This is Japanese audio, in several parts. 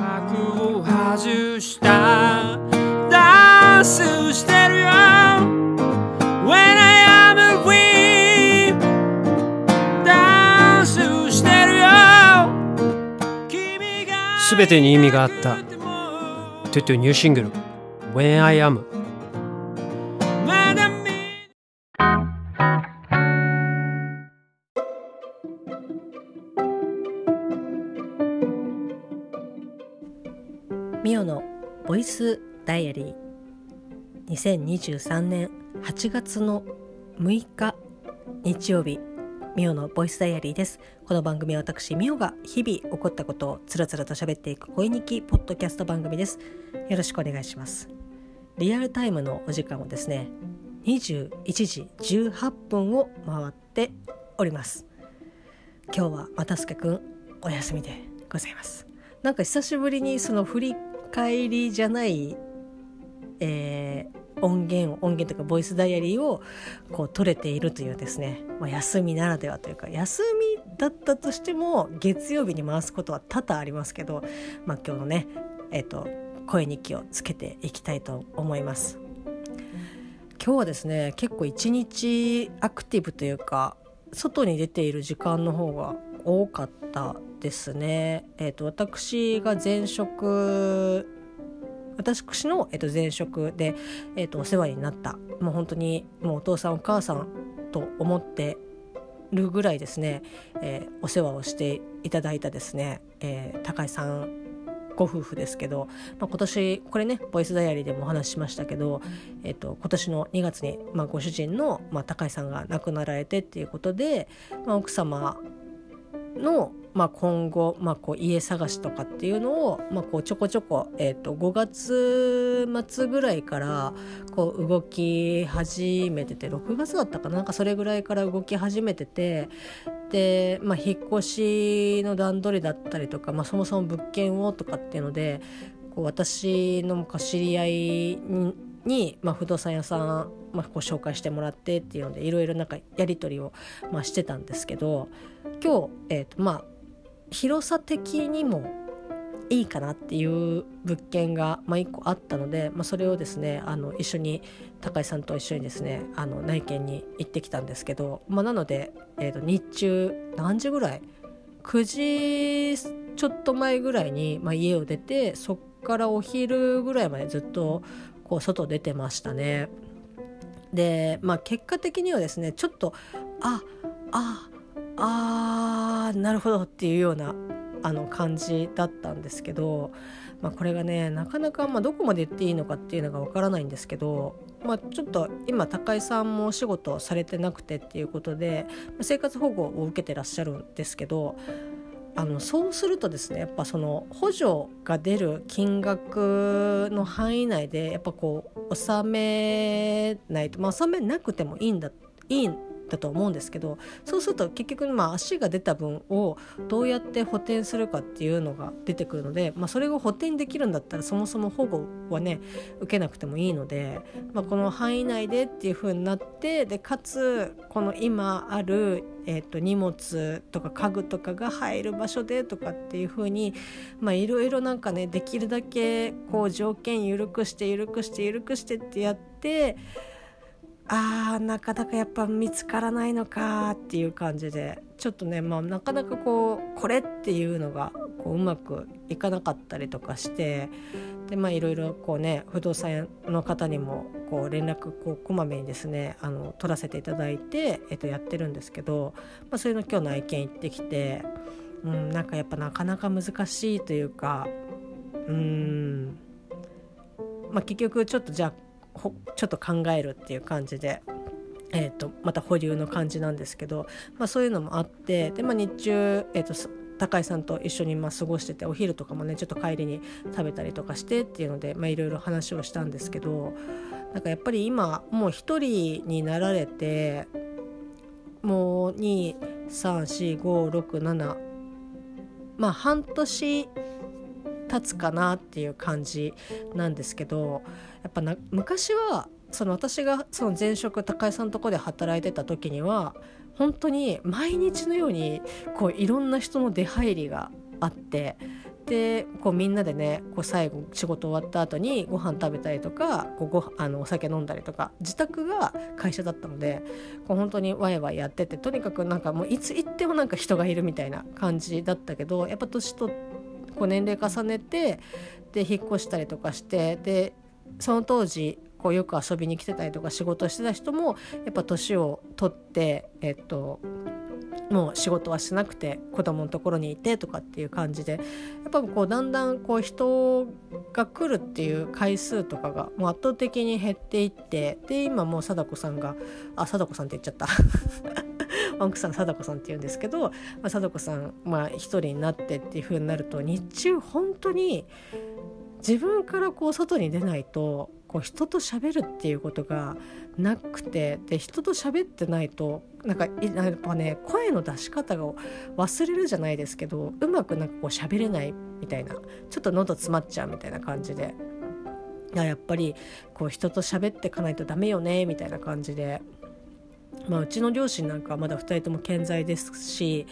幕を外したダンスしてるよ When I am free ダンスしてるよすべてに意味があったトゥトゥニューシングル When I am ミオのボイスダイアリー2023年8月の6日日曜日ミオのボイスダイアリーです。この番組は私ミオが日々起こったことをつらつらと喋っていく恋日記ポッドキャスト番組です。よろしくお願いします。リアルタイムのお時間をですね21時18分を回っております。今日はまたすけくんお休みでございます。なんか久しぶりにその振り返りじゃない、音源というかボイスダイアリーをこう取れているというですね、休みならではというか休みだったとしても月曜日に回すことは多々ありますけど、今日のね、声日記をつけていきたいと思います。今日はですね結構一日アクティブというか外に出ている時間の方が多かったですね。私の前職で、お世話になったもう本当にもうお父さんお母さんと思ってるぐらいですね、お世話をしていただいたですね、高井さんご夫婦ですけど、今年これねボイスダイアリーでもお話ししましたけど、今年の2月に、ご主人の、高井さんが亡くなられてっていうことで、奥様の、今後、こう家探しとかっていうのを、こうちょこちょこ、5月末ぐらいからこう動き始めてて、6月だったかなんかそれぐらいから動き始めてて、で、引っ越しの段取りだったりとか、そもそも物件をとかっていうのでこう私の知り合いに不動産屋さん、こう紹介してもらってっていうのでいろいろなんかやり取りを、してたんですけど、今日、広さ的にもいいかなっていう物件が、1個あったので、それをですね一緒に高井さんと一緒にですね内見に行ってきたんですけど、なので、日中何時ぐらい9時ちょっと前ぐらいに、家を出て、そっからお昼ぐらいまでずっとこう外出てましたね。で、結果的にはですねちょっとなるほどっていうような感じだったんですけど、これがねなかなかどこまで言っていいのかっていうのがわからないんですけど、ちょっと今高井さんもお仕事されてなくてっていうことで生活保護を受けてらっしゃるんですけど、そうするとですねやっぱその補助が出る金額の範囲内でやっぱこう納めないと、納めなくてもいいんだと思うんですけど、そうすると結局足が出た分をどうやって補填するかっていうのが出てくるので、それを補填できるんだったらそもそも保護はね受けなくてもいいので、この範囲内でっていう風になって、でかつこの今ある、荷物とか家具とかが入る場所でとかっていう風にいろいろなんかねできるだけこう条件緩くしてってやって、なかなかやっぱ見つからないのかっていう感じで、ちょっとね、なかなかこれっていうのがこううまくいかなかったりとかして、でいろいろこうね不動産屋の方にもこう連絡こまめにですね取らせていただいて、やってるんですけど、それの今日内見行ってきて、なんかやっぱなかなか難しいというか、結局ちょっとじゃあちょっと考えるっていう感じで、また保留の感じなんですけど、そういうのもあって、で、日中、高井さんと一緒に過ごしてて、お昼とかもねちょっと帰りに食べたりとかしてっていうのでいろいろ話をしたんですけど、なんかやっぱり今もう一人になられてもう23456半年経つかなっていう感じなんですけど、やっぱ昔は私が前職高井さんのとこで働いてた時には本当に毎日のようにこういろんな人の出入りがあって、 でこうみんなでねこう最後仕事終わった後にご飯食べたりとかお酒飲んだりとか、自宅が会社だったのでこう本当にワイワイやってて、とにかくなんかもういつ行ってもなんか人がいるみたいな感じだったけど、やっぱ年とこう年齢重ねてで引っ越したりとかして、でその当時こうよく遊びに来てたりとか仕事してた人もやっぱ年を取ってもう仕事はしなくて子供のところにいてとかっていう感じで、やっぱこうだんだんこう人が来るっていう回数とかがもう圧倒的に減っていって、で今もう貞子さんが貞子さんって言っちゃった奥さん貞子さんって言うんですけど、貞子さん一人になってっていう風になると、日中本当に自分からこう外に出ないとこう人と喋るっていうことがなくて、で人と喋ってないとなんかやっぱね声の出し方が忘れるじゃないですけど、うまくなんかこう喋れないみたいな、ちょっと喉詰まっちゃうみたいな感じで、やっぱりこう人と喋っていかないとダメよねみたいな感じで、うちの両親なんかはまだ2人とも健在ですし、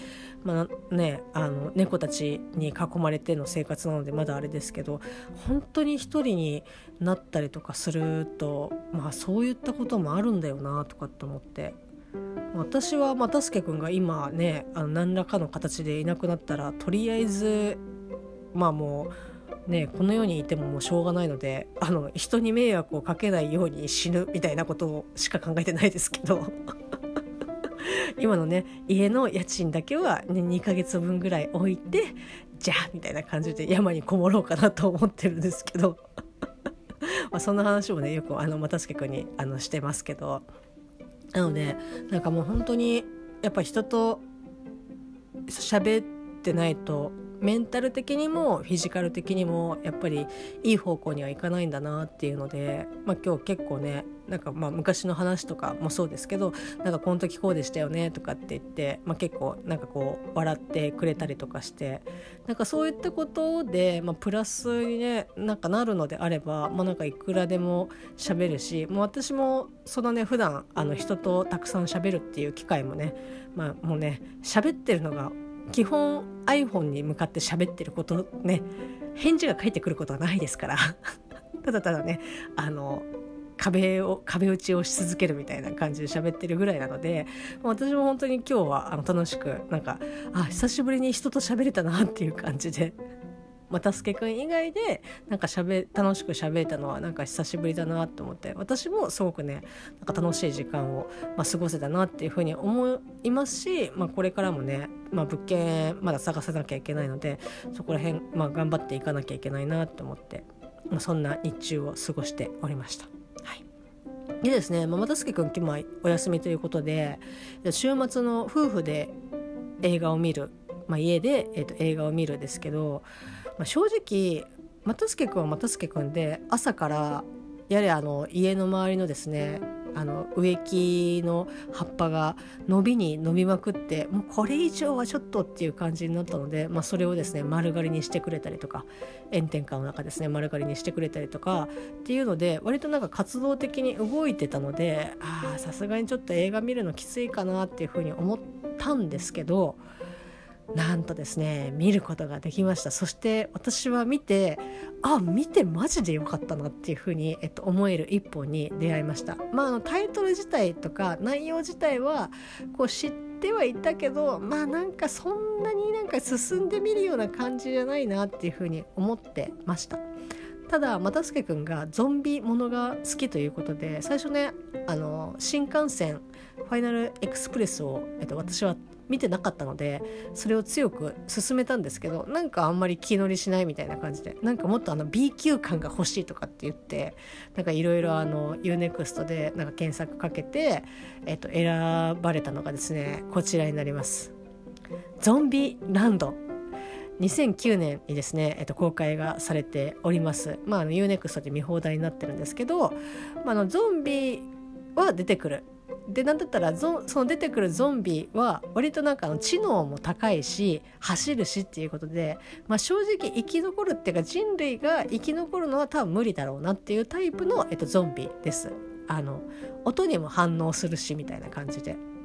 猫たちに囲まれての生活なのでまだあれですけど、本当に一人になったりとかするとそういったこともあるんだよなとかって思って、私は又助君が今ね何らかの形でいなくなったら、とりあえずもうねこの世にいてももうしょうがないので人に迷惑をかけないように死ぬみたいなことしか考えてないですけど今のね家の家賃だけは、2ヶ月分ぐらい置いてじゃあみたいな感じで山にこもろうかなと思ってるんですけどそんな話もねよく又助君にしてますけど、なのでなんかもう本当にやっぱ人と喋ってないとメンタル的にもフィジカル的にもやっぱりいい方向にはいかないんだなっていうので、今日結構ねなんか昔の話とかもそうですけど、なんかこの時こうでしたよねとかって言って、結構なんかこう笑ってくれたりとかして、なんかそういったことで、プラスにねなんかなるのであれば、なんかいくらでも喋るし、もう私もそのね普段人とたくさん喋るっていう機会もね、もうね喋ってるのが基本 iPhone に向かって喋ってることね、返事が返ってくることはないですからただただね壁打ちをし続けるみたいな感じで喋ってるぐらいなので、私も本当に今日は楽しくなんか久しぶりに人と喋れたなっていう感じで、又助くん以外でなんか楽しく喋れたのはなんか久しぶりだなと思って、私もすごくねなんか楽しい時間を、過ごせたなっていうふうに思いますし、これからもね、物件まだ探さなきゃいけないので、そこら辺、頑張っていかなきゃいけないなと思って、そんな日中を過ごしておりました。でですね、又助くん今日お休みということで、週末の夫婦で映画を見る、家で、映画を見るですけど、正直又助くんは又助くんで朝からやれ家の周りのですね植木の葉っぱが伸びまくって、もうこれ以上はちょっとっていう感じになったので、それをですね丸刈りにしてくれたりとか、炎天下の中ですね丸刈りにしてくれたりとかっていうので、割となんか活動的に動いてたので、さすがにちょっと映画見るのきついかなっていうふうに思ったんですけど、なんとですね見ることができました。そして私は見てマジでよかったなっていうふうに、思える一本に出会いました。タイトル自体とか内容自体はこう知ってはいたけど、なんかそんなになんか進んでみるような感じじゃないなっていうふうに思ってました。ただ又助くんがゾンビものが好きということで、最初ね新幹線ファイナルエクスプレスを、私は見てなかったのでそれを強く勧めたんですけど、なんかあんまり気乗りしないみたいな感じで、なんかもっとB 級感が欲しいとかって言って、なんかいろいろUNEXT でなんか検索かけて、選ばれたのがですねこちらになります。ゾンビランド、2009年にですね、公開がされております。UNEXT で見放題になってるんですけど、ゾンビは出てくる。でなんだったらその出てくるゾンビは割となんか知能も高いし走るしっていうことで、正直生き残るっていうか人類が生き残るのは多分無理だろうなっていうタイプの、ゾンビです。音にも反応するしみたいな感じで、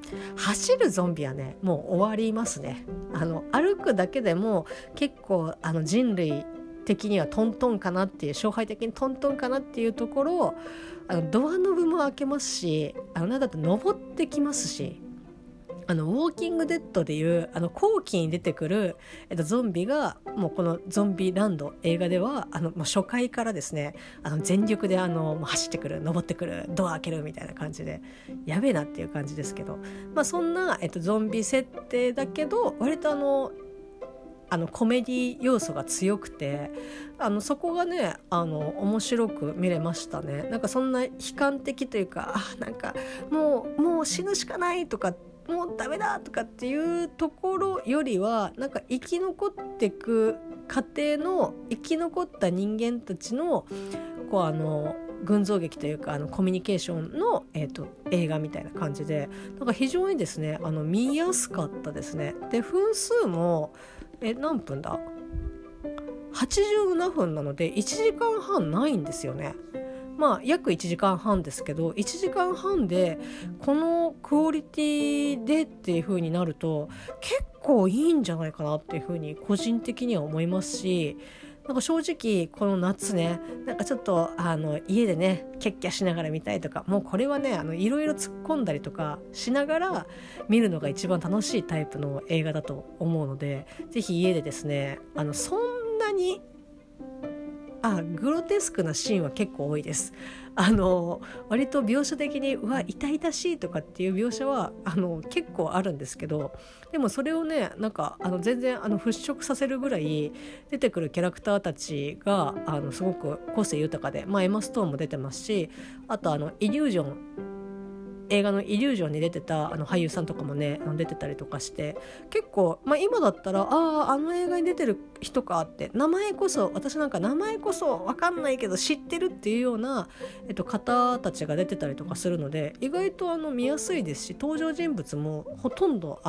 走るゾンビはねもう終わりますね。歩くだけでも結構人類的にはトントンかなっていう、勝敗的にトントンかなっていうところをドアノブも開けますし、なんだと登ってきますし、ウォーキングデッドでいう後期に出てくる、ゾンビがもうこのゾンビランド映画では初回からですね全力で走ってくる、登ってくる、ドア開けるみたいな感じでやべえなっていう感じですけど、そんな、ゾンビ設定だけど割とコメディ要素が強くてそこがね面白く見れましたね。なんかそんな悲観的というかなんかもう死ぬしかないとかもうダメだとかっていうところよりはなんか生き残っていく過程の生き残った人間たちのこう群像劇というかコミュニケーションの、映画みたいな感じでなんか非常にですね見やすかったですね。で分数も何分だ87分なので1時間半ないんですよね。約1時間半ですけど1時間半でこのクオリティでっていう風になると結構いいんじゃないかなっていう風に個人的には思いますし、なんか正直この夏ねなんかちょっと家でねキャッキャしながら見たいとか、もうこれはねいろいろ突っ込んだりとかしながら見るのが一番楽しいタイプの映画だと思うので、ぜひ家でですねそんなにグロテスクなシーンは結構多いです。割と描写的に痛々しいとかっていう描写は結構あるんですけど、でもそれをねなんか全然払拭させるぐらい出てくるキャラクターたちがすごく個性豊かで、エマ・ストーンも出てますし、あとイリュージョン映画のイリュージョンに出てた俳優さんとかもね出てたりとかして結構、今だったら映画に出てる人かって私なんか名前こそ分かんないけど知ってるっていうような、方たちが出てたりとかするので意外と見やすいですし、登場人物もほとんど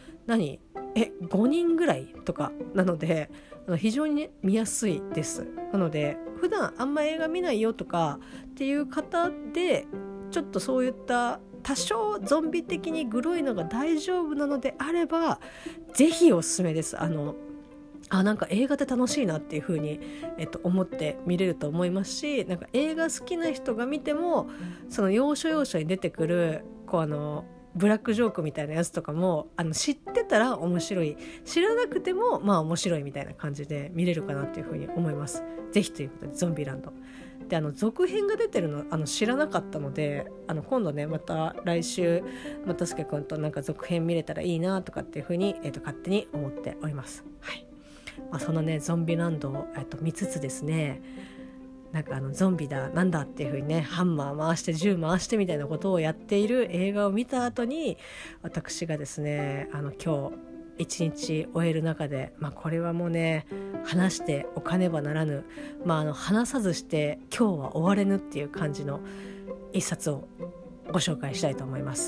5人ぐらいとかなので非常に、ね、見やすいです。なので普段あんま映画見ないよとかっていう方でちょっとそういった多少ゾンビ的にグロいのが大丈夫なのであればぜひおすすめです。なんか映画って楽しいなっていう風に、思って見れると思いますし、なんか映画好きな人が見てもその要所要所に出てくるブラックジョークみたいなやつとかも知ってたら面白い、知らなくても面白いみたいな感じで見れるかなっていう風に思います。ぜひということでゾンビランドで続編が出てるの知らなかったので今度ねまた来週たすけくんとなんか続編見れたらいいなとかっていう風に、勝手に思っております。はい。そのねゾンビランドを、見つつですねなんかゾンビだなんだっていう風にねハンマー回して銃回してみたいなことをやっている映画を見た後に私がですね今日一日終える中で、これはもうね話しておかねばならぬ、話さずして今日は終われぬっていう感じの一冊をご紹介したいと思います。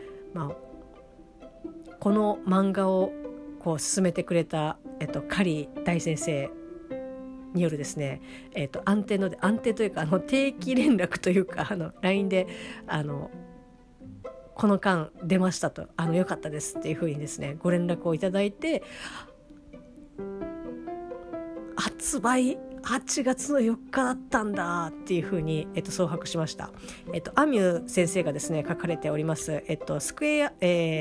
この漫画を進めてくれた、カリー大先生によるですね、安定というか定期連絡というかLINE でこの間出ましたと良かったですっていう風にですねご連絡をいただいて、発売8月の4日だったんだっていう風に、総白しました。アミュ先生がですね書かれております、スクエア、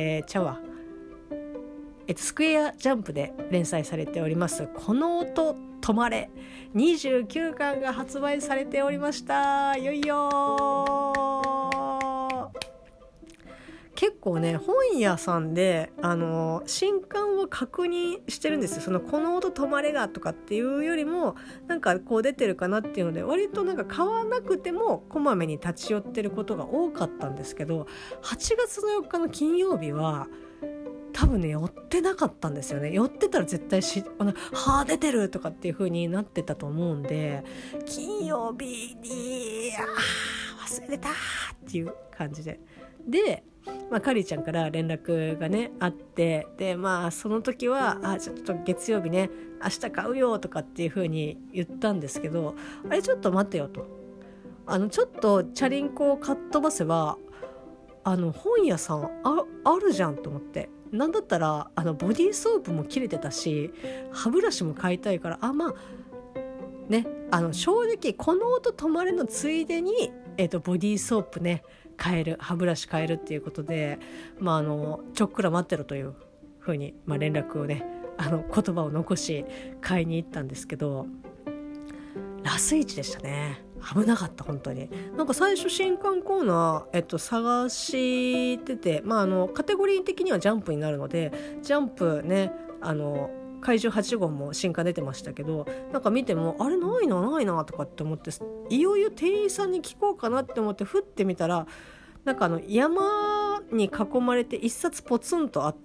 スクエアジャンプで連載されておりますこの音止まれ29巻が発売されておりました。いよいよ結構ね本屋さんで新刊を確認してるんですよ。この音止まれがとかっていうよりもなんか出てるかなっていうので割となんか買わなくてもこまめに立ち寄ってることが多かったんですけど、8月の4日の金曜日は多分ね寄ってなかったんですよね。寄ってたら絶対出てるとかっていう風になってたと思うんで、金曜日に忘れたっていう感じでカリーちゃんから連絡がねあって、でその時はちょっと月曜日ね明日買うよとかっていう風に言ったんですけど、ちょっと待ってよとちょっとチャリンコをかっ飛ばせば本屋さん あるじゃんと思って、なんだったらボディーソープも切れてたし歯ブラシも買いたいから、まあね、正直この音止まれのついでに、ボディーソープね買える、歯ブラシ買えるっていうことで、ちょっくら待ってろというふうに、連絡をね言葉を残し買いに行ったんですけど、ラスイチでしたね。危なかった。本当になんか最初新刊コーナー、探してて、カテゴリー的にはジャンプになるので、ジャンプね怪獣8号も新刊出てましたけど、なんか見てもあれないなとかって思って、いよいよ店員さんに聞こうかなって思って振ってみたら、なんか山に囲まれて一冊ポツンとあって、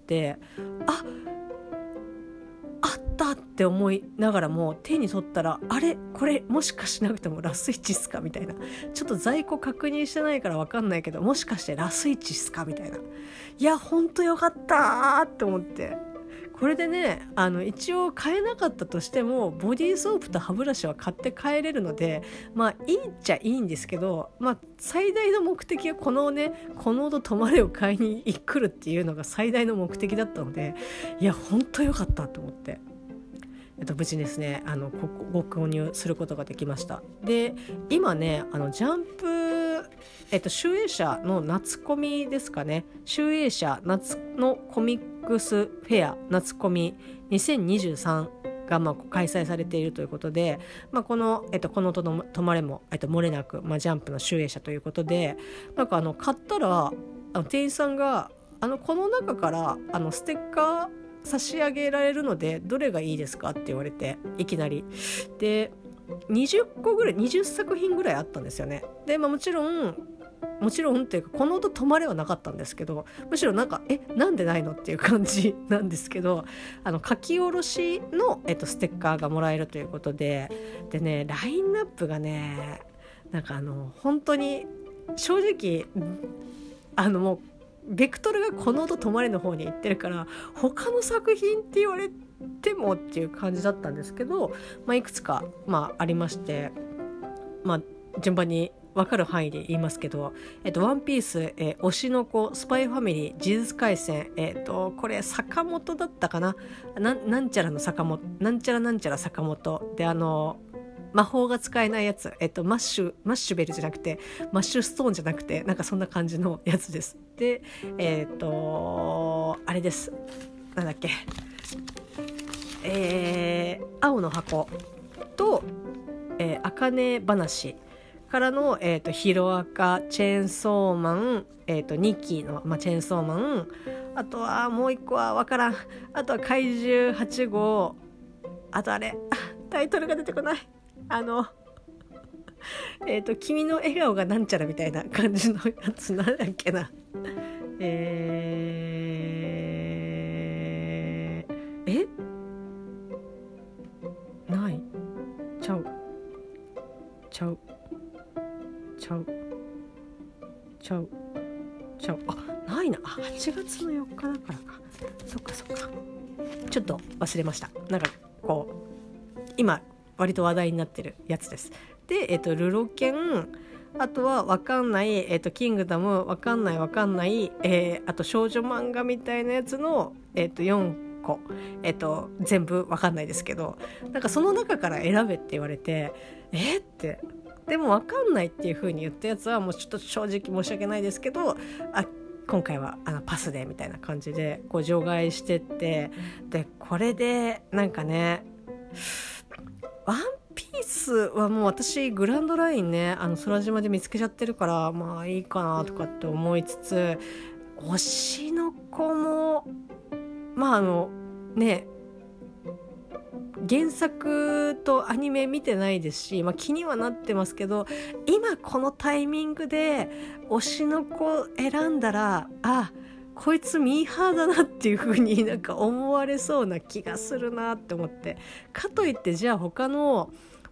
あったって思いながらも手に取ったら、あれこれもしかしなくてもラスイチっすかみたいな、ちょっと在庫確認してないから分かんないけど、もしかしてラスイチっすかみたいな、いやほんとよかったって思って、これでね一応買えなかったとしてもボディーソープと歯ブラシは買って帰れるので、いいっちゃいいんですけど、最大の目的はこの音止まれを買いに来るっていうのが最大の目的だったので、いやほんとよかったと思って、無事ですねご購入することができました。で今ねジャンプ集英社の夏コミですかね、集英社夏のコミックスフェア夏コミ2023が開催されているということで、この音の止まれも漏れなく、ジャンプの集英社ということで、なんか買ったら店員さんがこの中からステッカー差し上げられるのでどれがいいですかって言われて、いきなりで20個ぐらい20作品ぐらいあったんですよね。で、もちろんっていうかこの音止まれはなかったんですけど、むしろなんかなんでないのっていう感じなんですけど、書き下ろしの、ステッカーがもらえるということで、でねラインナップがねなんか本当に正直もうベクトルがこの音止まれの方に行ってるから、他の作品って言われてもっていう感じだったんですけど、いくつかありまして、順番に分かる範囲で言いますけど、ワンピース、推しの子、スパイファミリー、呪術廻戦、これ坂本だったかな、なんちゃらの坂本、なんちゃら坂本で魔法が使えないやつ、マッシュベルじゃなくてマッシュストーンじゃなくて、なんかそんな感じのやつです。であれです、なんだっけ、青の箱と茜話からの、ヒロアカ、チェーンソーマン、2期の、チェーンソーマン、あとはもう一個は分からん、あとは怪獣8号、あとあれタイトルが出てこない、君の笑顔がなんちゃらみたいな感じのやつ、なんだっけな、ないちゃうないな、8月の4日だからか、そっかちょっと忘れました。なんかこう今割と話題になってるやつです。で、ルロケン、あとはわかんない、キングダム、わかんない、あと少女漫画みたいなやつの、4個、全部わかんないですけど、なんかその中から選べって言われて、ってでもわかんないっていう風に言ったやつはもうちょっと正直申し訳ないですけど、今回はパスでみたいな感じでこう除外してって、でこれでなんかね、ワンピースはもう私グランドラインね空島で見つけちゃってるから、いいかなとかって思いつつ、推しの子もね原作とアニメ見てないですし、気にはなってますけど、今このタイミングで推しの子選んだら、こいつミーハーだなっていう風になんか思われそうな気がするなって思って、かといってじゃあ他の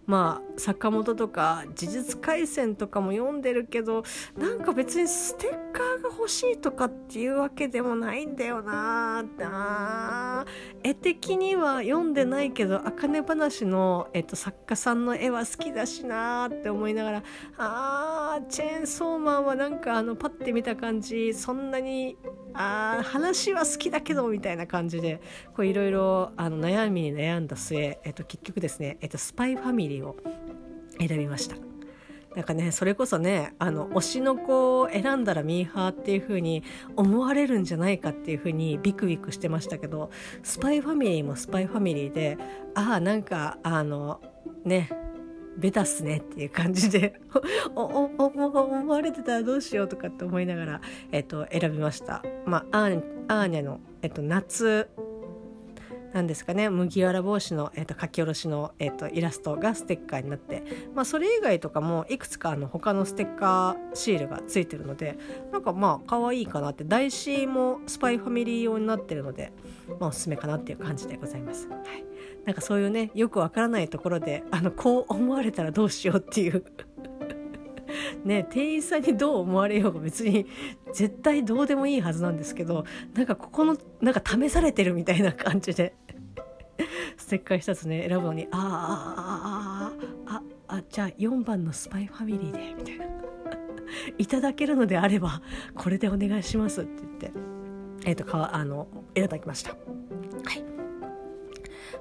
坂本とか呪術廻戦とかも読んでるけど、なんか別にステッカーが欲しいとかっていうわけでもないんだよな。絵的には読んでないけど、茜話の、作家さんの絵は好きだしなって思いながら、チェーンソーマンはなんかパッて見た感じ、そんなに話は好きだけどみたいな感じで、いろいろ悩みに悩んだ末、結局ですね、スパイファミリーを選びました。なんかね、それこそね、推しの子を選んだらミーハーっていう風に思われるんじゃないかっていう風にビクビクしてましたけど、スパイファミリーもスパイファミリーで、なんかね、ベタっすねっていう感じで思われてたらどうしようとかって思いながら、選びました。アーニャの、夏なんですかね、麦わら帽子の、書き下ろしの、イラストがステッカーになって、それ以外とかもいくつか他のステッカーシールがついてるので、なんか可愛いかなって、台紙もスパイファミリー用になってるので、おすすめかなっていう感じでございます。はい、なんかそういうね、よくわからないところでこう思われたらどうしようっていうね、店員さんにどう思われようが別に絶対どうでもいいはずなんですけど、なんかここのなんか試されてるみたいな感じでステッカー一つね選ぶのに、じゃあ4番のスパイファミリーでみたいないただけるのであればこれでお願いしますって言って、いただきました。はい。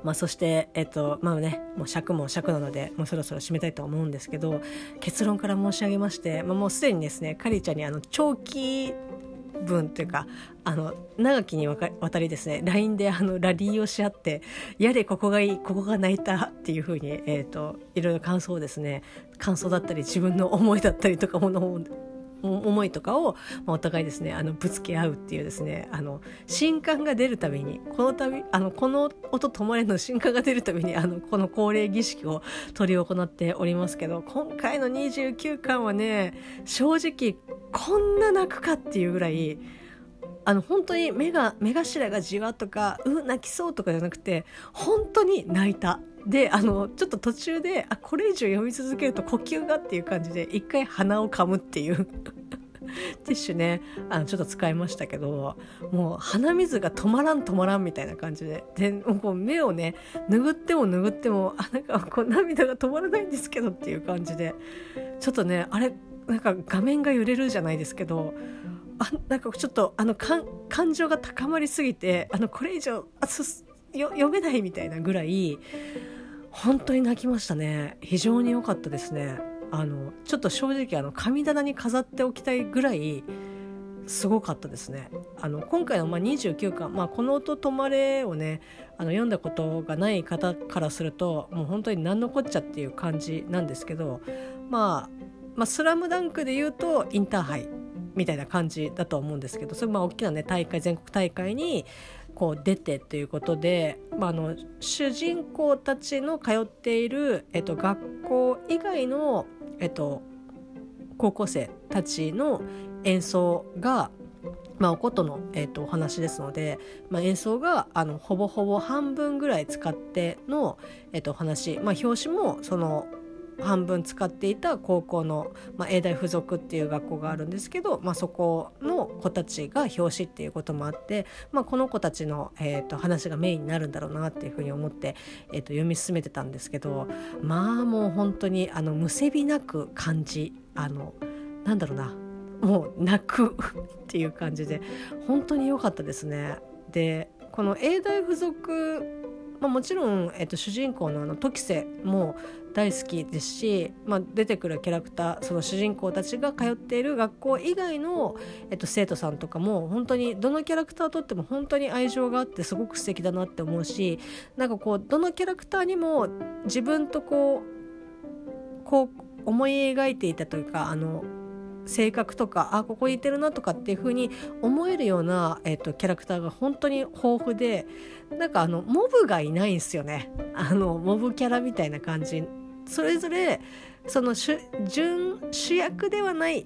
そして、もう尺も尺なので、もうそろそろ締めたいと思うんですけど、結論から申し上げまして、もうすでにですね、カリーちゃんに長期分というか、長きにわたりですね、LINE でラリーをし合って、やれここがいい、ここが泣いたっていう風に、いろいろ感想だったり、自分の思いだったりとか思いとかを、お互いですねぶつけ合うっていうですね、新刊が出るたびにこの音止まれの新刊が出るたびにこの恒例儀式を執り行っておりますけど、今回の29巻はね、正直こんな泣くかっていうぐらい本当に目頭がじわとか泣きそうとかじゃなくて、本当に泣いた。でちょっと途中でこれ以上読み続けると呼吸がっていう感じで一回鼻を噛むっていうティッシュねちょっと使いましたけど、もう鼻水が止まらんみたいな感じで、もう目をね拭ってもなんか涙が止まらないんですけどっていう感じで、ちょっとねなんか画面が揺れるじゃないですけど、なんかちょっと感情が高まりすぎてこれ以上読めないみたいなぐらい本当に泣きましたね。非常に良かったですね。ちょっと正直神棚に飾っておきたいぐらいすごかったですね。今回の29巻、この音止まれをね読んだことがない方からするともう本当に何のこっちゃっていう感じなんですけど、スラムダンクで言うとインターハイみたいな感じだと思うんですけど、それ大きなね全国大会に出てということで、主人公たちの通っている、学校以外の、高校生たちの演奏が、おことの、お話ですので、演奏がほぼほぼ半分ぐらい使っての、お話、表紙もその半分使っていた高校の、永大附属っていう学校があるんですけど、そこの子たちが表紙っていうこともあって、この子たちの、話がメインになるんだろうなっていうふうに思って、読み進めてたんですけど、もう本当にむせび泣く感じ、なんだろうな、もう泣くっていう感じで本当に良かったですね。でこの永大附属、もちろん、主人公の時瀬も大好きですし、出てくるキャラクター、その主人公たちが通っている学校以外の、生徒さんとかも本当にどのキャラクターをとっても本当に愛情があってすごく素敵だなって思うし、なんかどのキャラクターにも自分とこう思い描いていたというか性格とかここに似てるなとかっていう風に思えるような、キャラクターが本当に豊富で、なんかモブがいないんですよね。モブキャラみたいな感じ、それぞれその主役ではない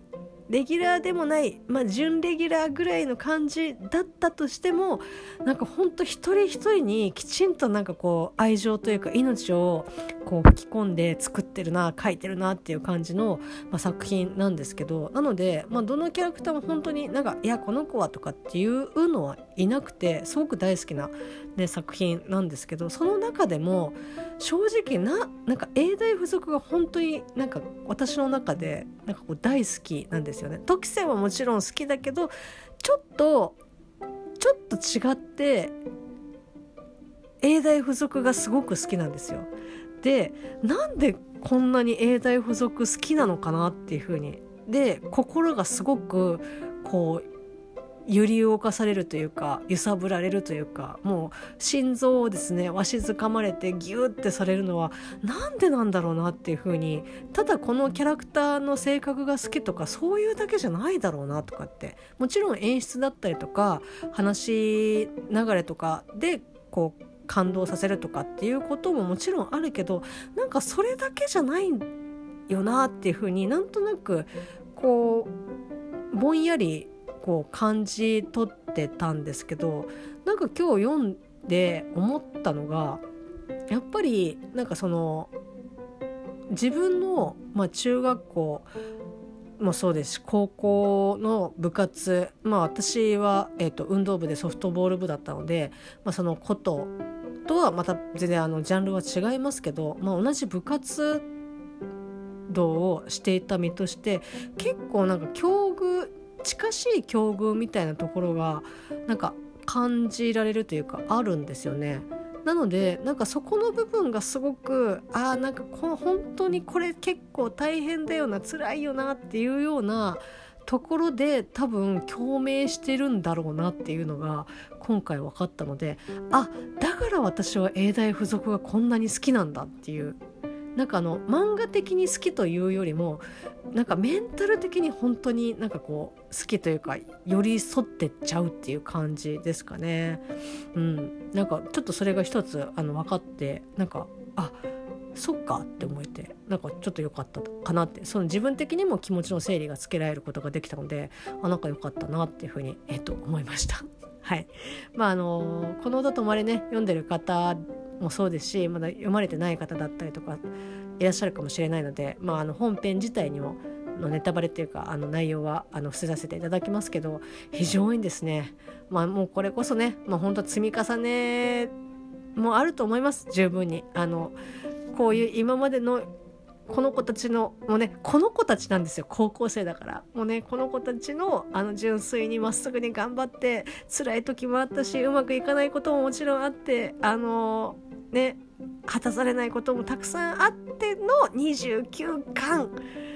レギュラーでもない、準レギュラーぐらいの感じだったとしても、なんかほんと一人一人にきちんとなんかこう愛情というか命をこう吹き込んで作ってるな、書いてるなっていう感じの、作品なんですけど、なので、どのキャラクターも本当になんかいやこの子はとかっていうのはいなくて、すごく大好きな、作品なんですけど、その中でも正直なんか永大附属が本当になんか私の中でなんかこう大好きなんですよね。トキセンはもちろん好きだけど、ちょっと違って永大附属がすごく好きなんですよ。で、なんでこんなに永大附属好きなのかなっていう風に、で心がすごくこう揺り動かされるというか、揺さぶられるというか、もう心臓をですねわしづかまれてギューってされるのはなんでなんだろうなっていう風に、ただこのキャラクターの性格が好きとかそういうだけじゃないだろうなとかって、もちろん演出だったりとか話流れとかでこう感動させるとかっていうことももちろんあるけど、なんかそれだけじゃないよなっていう風になんとなくこうぼんやりこう感じ取ってたんですけど、なんか今日読んで思ったのが、やっぱりなんかその自分の、中学校もそうですし高校の部活、私は、運動部でソフトボール部だったので、そのこととはまた全然ジャンルは違いますけど、同じ部活動をしていた身として結構なんか境遇、近しい境遇みたいなところがなんか感じられるというかあるんですよね。なのでなんかそこの部分がすごくなんか本当にこれ結構大変だよな、辛いよなっていうようなところで多分共鳴してるんだろうなっていうのが今回分かったので、だから私は永大附属がこんなに好きなんだっていう、なんか漫画的に好きというよりもなんかメンタル的に本当になんかこう好きというか寄り添ってっちゃうっていう感じですかね。なんかちょっとそれが一つ分かって、なんかそっかって思えて、なんかちょっと良かったかなって、その自分的にも気持ちの整理がつけられることができたので、なんか良かったなっていうふうに思いました。はい。この歌とまれね読んでる方もそうですし、まだ読まれてない方だったりとかいらっしゃるかもしれないので、本編自体にもネタバレっていうか内容は伏せさせていただきますけど、非常にですね、もうこれこそね、本当積み重ねもあると思います。十分にこういう今までのこの子たちのもうね、この子たちなんですよ、高校生だからもうね、この子たちの純粋にまっすぐに頑張って辛い時もあったし、うまくいかないことももちろんあって果たされないこともたくさんあっての29巻、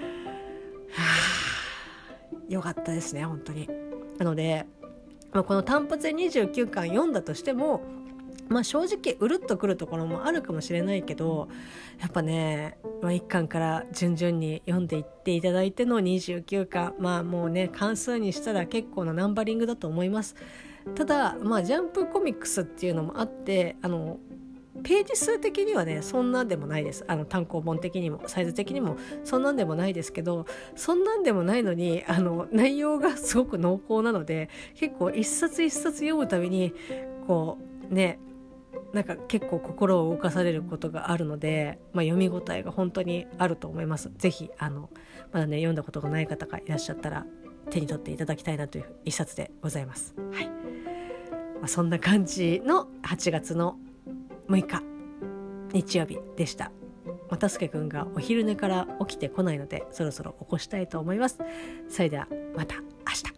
よかったですね本当に。なので、この単発で29巻読んだとしても、正直うるっとくるところもあるかもしれないけど、やっぱね、1巻から順々に読んでいっていただいての29巻、もうね関数にしたら結構なナンバリングだと思います。ただジャンプコミックスっていうのもあってページ数的にはねそんなんでもないです。単行本的にもサイズ的にもそんなんでもないですけど、そんなんでもないのに内容がすごく濃厚なので、結構一冊一冊読むたびにこうね、なんか結構心を動かされることがあるので、読み応えが本当にあると思います。ぜひまだね読んだことがない方がいらっしゃったら手に取っていただきたいなという一冊でございます。はい。そんな感じの8月の6日日曜日でした。たすけくんがお昼寝から起きてこないので、そろそろ起こしたいと思います。それではまた明日。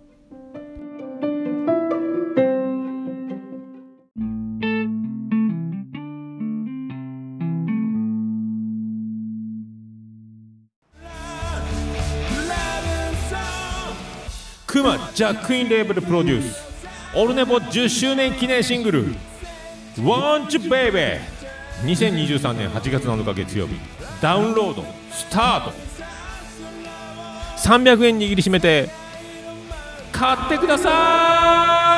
クマジャックインレーベルプロデュースオルネポ10周年記念シングル Want You Baby 2023年8月7日月曜日ダウンロードスタート。300円握りしめて買ってください。